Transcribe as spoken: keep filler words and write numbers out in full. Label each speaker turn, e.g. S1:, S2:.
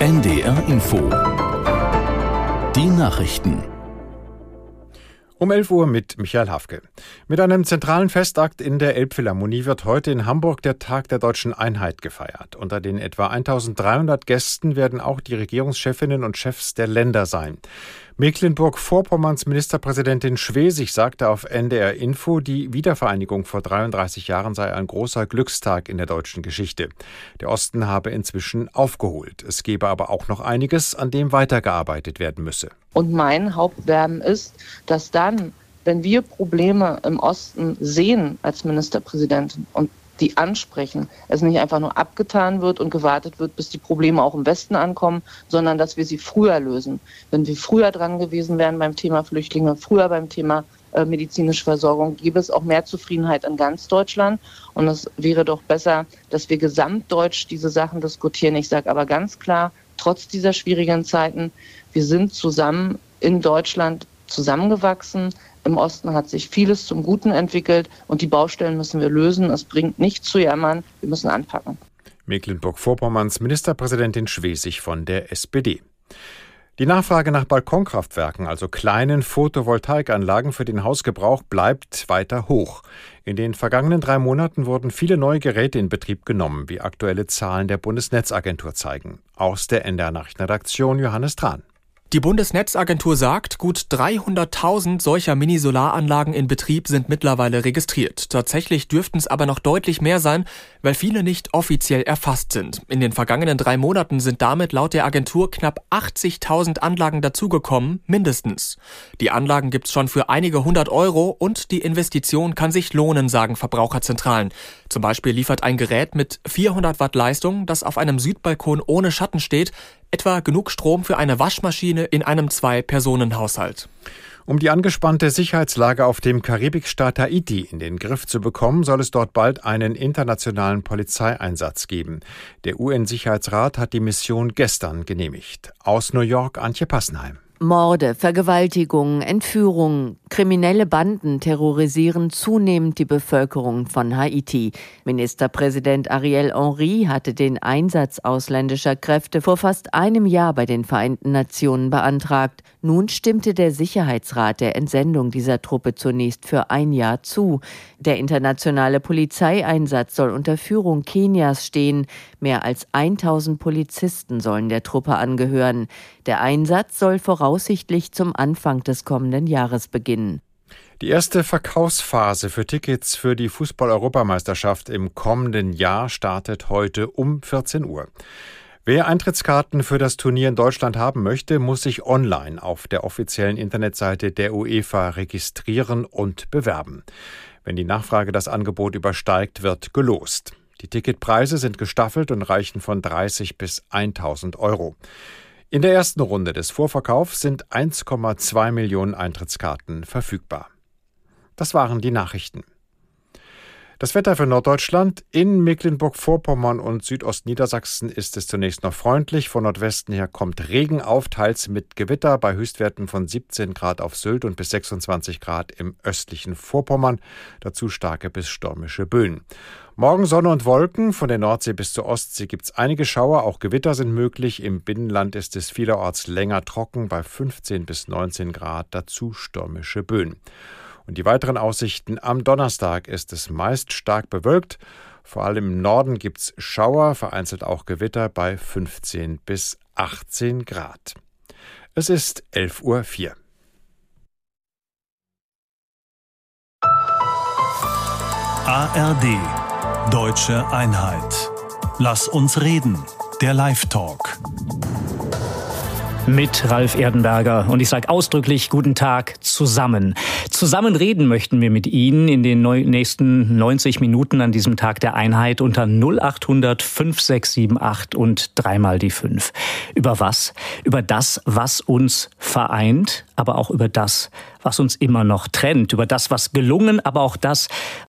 S1: N D R Info. Die Nachrichten.
S2: Um elf Uhr mit Michael Hafke. Mit einem zentralen Festakt in der Elbphilharmonie wird heute in Hamburg der Tag der Deutschen Einheit gefeiert. Unter den etwa eintausenddreihundert Gästen werden auch die Regierungschefinnen und Chefs der Länder sein. Mecklenburg-Vorpommerns Ministerpräsidentin Schwesig sagte auf N D R Info, die Wiedervereinigung vor dreiunddreißig Jahren sei ein großer Glückstag in der deutschen Geschichte. Der Osten habe inzwischen aufgeholt. Es gebe aber auch noch einiges, an dem weitergearbeitet werden müsse.
S3: Und mein Hauptwerben ist, dass dann, wenn wir Probleme im Osten sehen als Ministerpräsidentin und die ansprechen, es nicht einfach nur abgetan wird und gewartet wird, bis die Probleme auch im Westen ankommen, sondern dass wir sie früher lösen. Wenn wir früher dran gewesen wären beim Thema Flüchtlinge, früher beim Thema äh, medizinische Versorgung, gäbe es auch mehr Zufriedenheit in ganz Deutschland. Und es wäre doch besser, dass wir gesamtdeutsch diese Sachen diskutieren. Ich sage aber ganz klar, trotz dieser schwierigen Zeiten, wir sind zusammen in Deutschland zusammengewachsen. Im Osten hat sich vieles zum Guten entwickelt und die Baustellen müssen wir lösen. Es bringt nichts zu jammern, wir müssen anpacken.
S2: Mecklenburg-Vorpommerns Ministerpräsidentin Schwesig von der S P D. Die Nachfrage nach Balkonkraftwerken, also kleinen Photovoltaikanlagen für den Hausgebrauch, bleibt weiter hoch. In den vergangenen drei Monaten wurden viele neue Geräte in Betrieb genommen, wie aktuelle Zahlen der Bundesnetzagentur zeigen. Aus der N D R-Nachrichtenredaktion Johannes Tran.
S4: Die Bundesnetzagentur sagt, gut dreihunderttausend solcher Mini-Solaranlagen in Betrieb sind mittlerweile registriert. Tatsächlich dürften es aber noch deutlich mehr sein, weil viele nicht offiziell erfasst sind. In den vergangenen drei Monaten sind damit laut der Agentur knapp achtzigtausend Anlagen dazugekommen, mindestens. Die Anlagen gibt's schon für einige hundert Euro und die Investition kann sich lohnen, sagen Verbraucherzentralen. Zum Beispiel liefert ein Gerät mit vierhundert Watt Leistung, das auf einem Südbalkon ohne Schatten steht, etwa genug Strom für eine Waschmaschine in einem Zwei-Personen-Haushalt.
S2: Um die angespannte Sicherheitslage auf dem Karibikstaat Haiti in den Griff zu bekommen, soll es dort bald einen internationalen Polizeieinsatz geben. Der U N-Sicherheitsrat hat die Mission gestern genehmigt. Aus New York, Antje Passenheim.
S5: Morde, Vergewaltigungen, Entführungen, kriminelle Banden terrorisieren zunehmend die Bevölkerung von Haiti. Ministerpräsident Ariel Henry hatte den Einsatz ausländischer Kräfte vor fast einem Jahr bei den Vereinten Nationen beantragt. Nun stimmte der Sicherheitsrat der Entsendung dieser Truppe zunächst für ein Jahr zu. Der internationale Polizeieinsatz soll unter Führung Kenias stehen. Mehr als tausend Polizisten sollen der Truppe angehören. Der Einsatz soll voraussichtlich zum Anfang des kommenden Jahres beginnen.
S2: Die erste Verkaufsphase für Tickets für die Fußball-Europameisterschaft im kommenden Jahr startet heute um vierzehn Uhr. Wer Eintrittskarten für das Turnier in Deutschland haben möchte, muss sich online auf der offiziellen Internetseite der UEFA registrieren und bewerben. Wenn die Nachfrage das Angebot übersteigt, wird gelost. Die Ticketpreise sind gestaffelt und reichen von dreißig bis tausend Euro. In der ersten Runde des Vorverkaufs sind eins Komma zwei Millionen Eintrittskarten verfügbar. Das waren die Nachrichten. Das Wetter für Norddeutschland. In Mecklenburg-Vorpommern und Südostniedersachsen ist es zunächst noch freundlich. Von Nordwesten her kommt Regen auf, teils mit Gewitter bei Höchstwerten von siebzehn Grad auf Sylt und bis sechsundzwanzig Grad im östlichen Vorpommern. Dazu starke bis stürmische Böen. Morgen Sonne und Wolken. Von der Nordsee bis zur Ostsee gibt es einige Schauer. Auch Gewitter sind möglich. Im Binnenland ist es vielerorts länger trocken bei fünfzehn bis neunzehn Grad. Dazu stürmische Böen. Und die weiteren Aussichten: am Donnerstag ist es meist stark bewölkt. Vor allem im Norden gibt es Schauer, vereinzelt auch Gewitter bei fünfzehn bis achtzehn Grad. Es ist elf Uhr vier.
S1: A R D Deutsche Einheit. Lass uns reden. Der Live-Talk.
S6: Mit Ralf Erdenberger. Und ich sage ausdrücklich guten Tag zusammen. Zusammen reden möchten wir mit Ihnen in den nächsten neunzig Minuten an diesem Tag der Einheit unter null acht hundert fünf sechs sieben acht und dreimal die fünf. Über was? Über das, was uns vereint, aber auch über das, was uns immer noch trennt. Über das, was gelungen, aber auch das,